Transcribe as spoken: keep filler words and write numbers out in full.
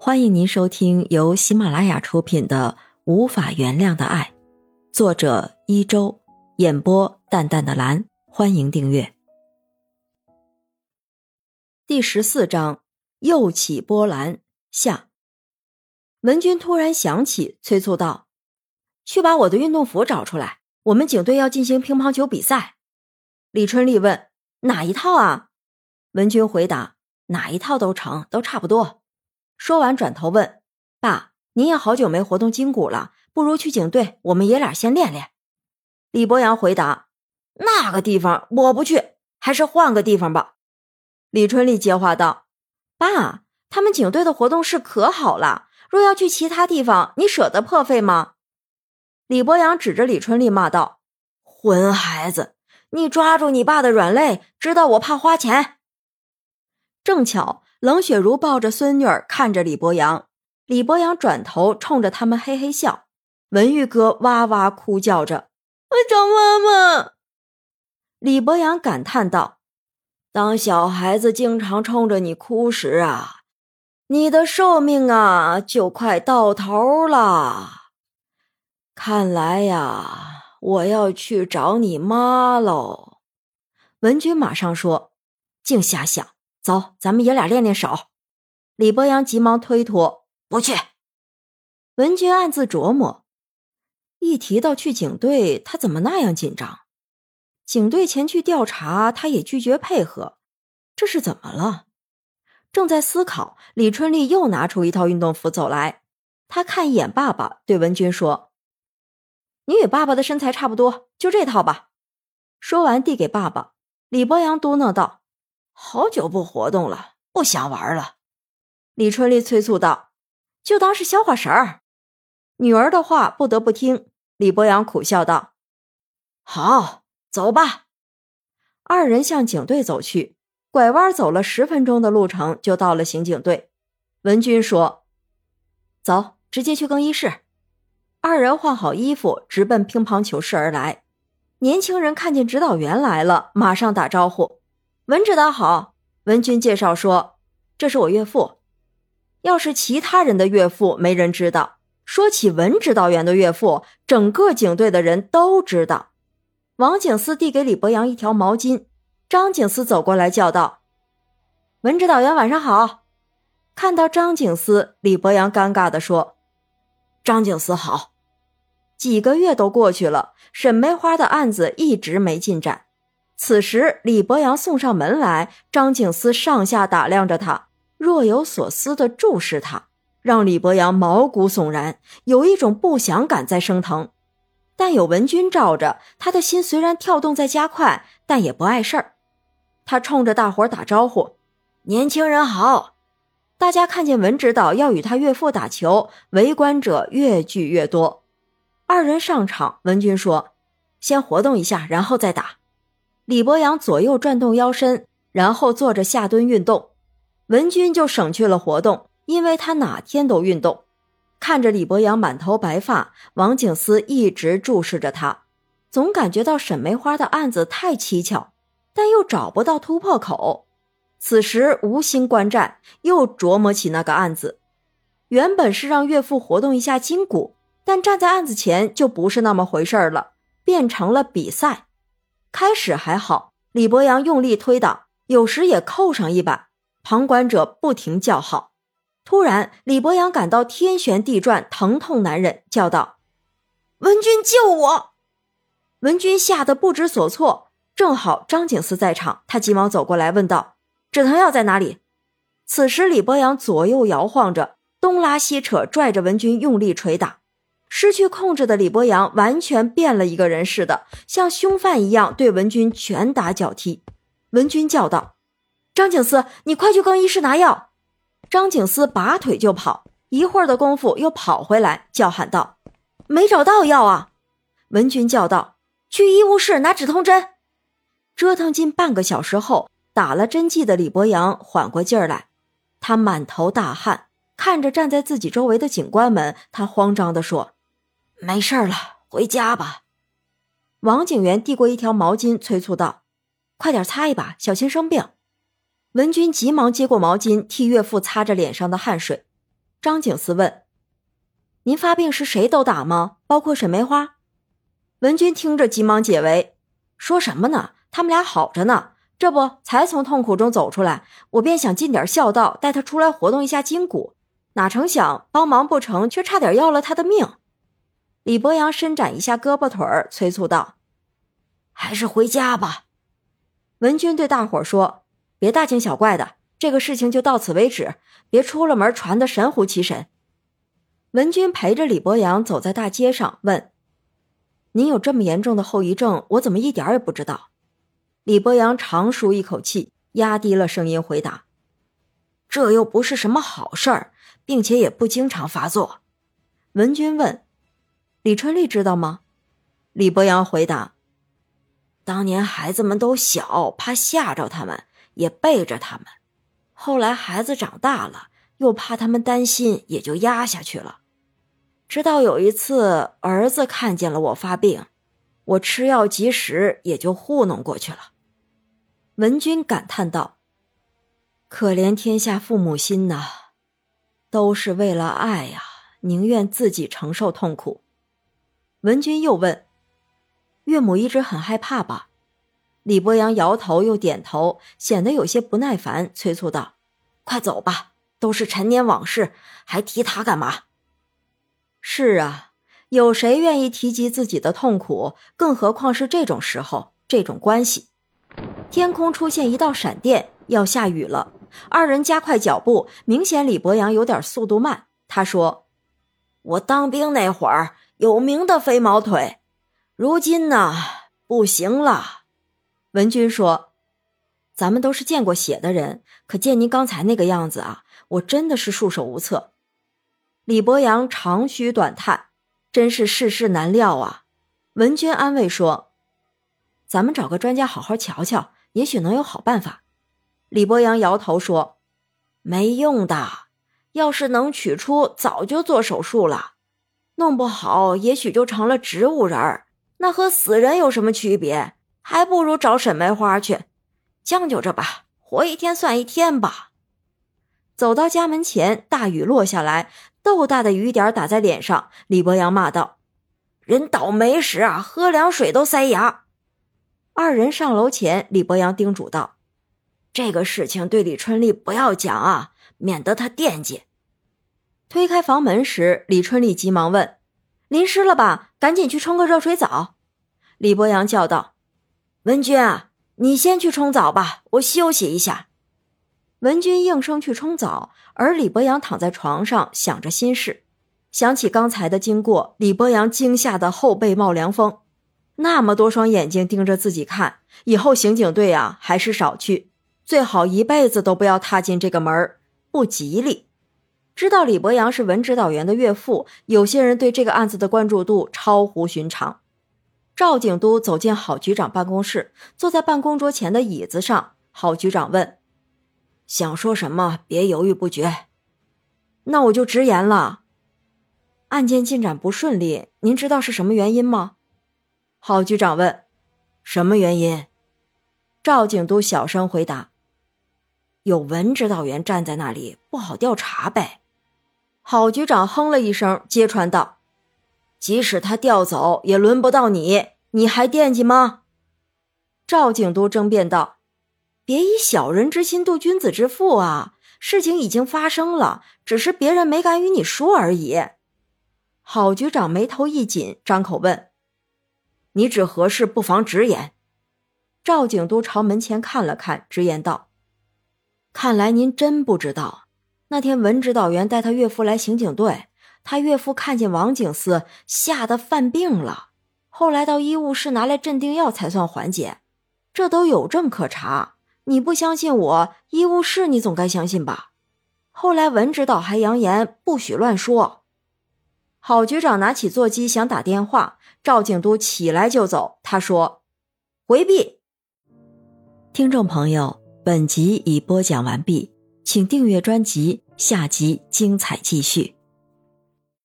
欢迎您收听由喜马拉雅出品的《无法原谅的爱》，作者一周，演播淡淡的蓝。欢迎订阅。第十四章，又起波澜下。文军突然想起，催促道：去把我的运动服找出来，我们警队要进行乒乓球比赛。李春丽问：哪一套啊？文军回答：哪一套都成，都差不多。说完转头问：爸，您也好久没活动筋骨了，不如去警队，我们爷俩先练练。李博阳回答：那个地方我不去，还是换个地方吧。李春丽接话道：爸，他们警队的活动室可好了，若要去其他地方，你舍得破费吗？李博阳指着李春丽骂道：混孩子，你抓住你爸的软肋，知道我怕花钱。正巧冷雪茹抱着孙女儿看着李博阳，李博阳转头冲着他们嘿嘿笑，文玉哥哇哇哭叫着：我找妈妈。李博阳感叹道：当小孩子经常冲着你哭时啊，你的寿命啊就快到头了。看来呀，我要去找你妈喽。文军马上说：净瞎想，走，咱们爷俩练练手。李博阳急忙推脱：不去。文军暗自琢磨，一提到去警队，他怎么那样紧张？警队前去调查，他也拒绝配合，这是怎么了？正在思考，李春丽又拿出一套运动服走来，他看一眼爸爸，对文军说：你与爸爸的身材差不多，就这套吧。说完递给爸爸。李博阳嘟囔道：好久不活动了，不想玩了。李春丽催促道：就当是消化食儿。女儿的话不得不听，李博阳苦笑道：好，走吧。二人向警队走去，拐弯走了十分钟的路程就到了刑警队。文军说：走，直接去更衣室。二人换好衣服，直奔乒乓球室而来。年轻人看见指导员来了，马上打招呼：文指导好。文军介绍说：这是我岳父。要是其他人的岳父没人知道，说起文指导员的岳父，整个警队的人都知道。王警司递给李博阳一条毛巾，张警司走过来叫道：文指导员晚上好。看到张警司，李博阳尴尬地说：张警司好。几个月都过去了，沈梅花的案子一直没进展。此时李博阳送上门来，张警司上下打量着他，若有所思地注视他，让李博阳毛骨悚然，有一种不祥感在升腾。但有文军罩着，他的心虽然跳动在加快，但也不碍事儿。他冲着大伙打招呼：年轻人好。大家看见文指导要与他岳父打球，围观者越聚越多。二人上场，文军说：先活动一下，然后再打。李博阳左右转动腰身，然后做着下蹲运动。文军就省去了活动，因为他哪天都运动。看着李博阳满头白发，王警司一直注视着他，总感觉到沈梅花的案子太蹊跷，但又找不到突破口。此时无心观战，又琢磨起那个案子。原本是让岳父活动一下筋骨，但站在案子前就不是那么回事了，变成了比赛。开始还好，李博阳用力推挡，有时也扣上一板，旁观者不停叫好。突然李博阳感到天旋地转，疼痛难忍，叫道：文军救我！文军吓得不知所措，正好张警司在场，他急忙走过来问道：止疼药在哪里？此时李博阳左右摇晃着，东拉西扯，拽着文军用力捶打。失去控制的李博阳完全变了一个人似的，像凶犯一样对文军拳打脚踢。文军叫道：张警司，你快去更衣室拿药！张警司拔腿就跑，一会儿的功夫又跑回来，叫喊道：没找到药啊！文军叫道：去医务室拿止痛针。折腾近半个小时后，打了针剂的李博阳缓过劲儿来，他满头大汗，看着站在自己周围的警官们，他慌张地说：没事了，回家吧。王警员递过一条毛巾，催促道：快点擦一把，小心生病。文军急忙接过毛巾，替岳父擦着脸上的汗水。 张警司问：您发病时谁都打吗？包括沈梅花？文军听着急忙解围，说什么呢？他们俩好着呢，这不才从痛苦中走出来，我便想尽点孝道，带他出来活动一下筋骨，哪成想帮忙不成，却差点要了他的命。李博洋伸展一下胳膊腿儿，催促道：还是回家吧。文军对大伙说：别大惊小怪的，这个事情就到此为止，别出了门传得神乎其神。文军陪着李博洋走在大街上，问：您有这么严重的后遗症，我怎么一点也不知道？李博洋长舒一口气，压低了声音回答：这又不是什么好事儿，并且也不经常发作。文军问：李春丽知道吗？李博洋回答：当年孩子们都小，怕吓着他们，也背着他们，后来孩子长大了，又怕他们担心，也就压下去了。直到有一次儿子看见了我发病，我吃药及时，也就糊弄过去了。文军感叹道：可怜天下父母心呐，都是为了爱呀，宁愿自己承受痛苦。文军又问：岳母一直很害怕吧？李博洋摇头又点头，显得有些不耐烦，催促道：快走吧，都是陈年往事，还提他干嘛？是啊，有谁愿意提及自己的痛苦，更何况是这种时候，这种关系。天空出现一道闪电，要下雨了。二人加快脚步，明显李博洋有点速度慢。他说：我当兵那会儿有名的飞毛腿，如今呢不行了。文军说：咱们都是见过血的人，可见您刚才那个样子啊，我真的是束手无策。李博洋长吁短叹，真是世事难料啊。文军安慰说：咱们找个专家好好瞧瞧，也许能有好办法。李博洋摇头说：没用的，要是能取出，早就做手术了，弄不好也许就成了植物人，那和死人有什么区别？还不如找沈梅花去，将就着吧，活一天算一天吧。走到家门前，大雨落下来，豆大的雨点打在脸上，李博洋骂道：人倒霉时啊，喝凉水都塞牙。二人上楼前，李博洋叮嘱道：这个事情对李春丽不要讲啊，免得她惦记。推开房门时，李春丽急忙问：淋湿了吧？赶紧去冲个热水澡。李博洋叫道：文军啊，你先去冲澡吧，我休息一下。文军应声去冲澡，而李博洋躺在床上想着心事。想起刚才的经过，李博洋惊吓得后背冒凉风。那么多双眼睛盯着自己看，以后刑警队啊还是少去，最好一辈子都不要踏进这个门，不吉利。知道李博洋是文指导员的岳父，有些人对这个案子的关注度超乎寻常。赵景都走进郝局长办公室，坐在办公桌前的椅子上。郝局长问：想说什么别犹豫不决。那我就直言了。案件进展不顺利，您知道是什么原因吗？郝局长问：什么原因？赵景都小声回答：有文指导员站在那里，不好调查呗。郝局长哼了一声，揭穿道：即使他调走，也轮不到你，你还惦记吗？赵景都争辩道：别以小人之心度君子之腹啊，事情已经发生了，只是别人没敢与你说而已。郝局长眉头一紧，张口问：你指何事，不妨直言。赵景都朝门前看了看，直言道：看来您真不知道，那天文指导员带他岳父来刑警队，他岳父看见王警司，吓得犯病了，后来到医务室拿来镇定药才算缓解，这都有证可查。你不相信我，医务室你总该相信吧？后来文指导还扬言不许乱说。郝局长拿起座机想打电话，赵景都起来就走，他说：回避。听众朋友，本集已播讲完毕，请订阅专辑，下集精彩继续。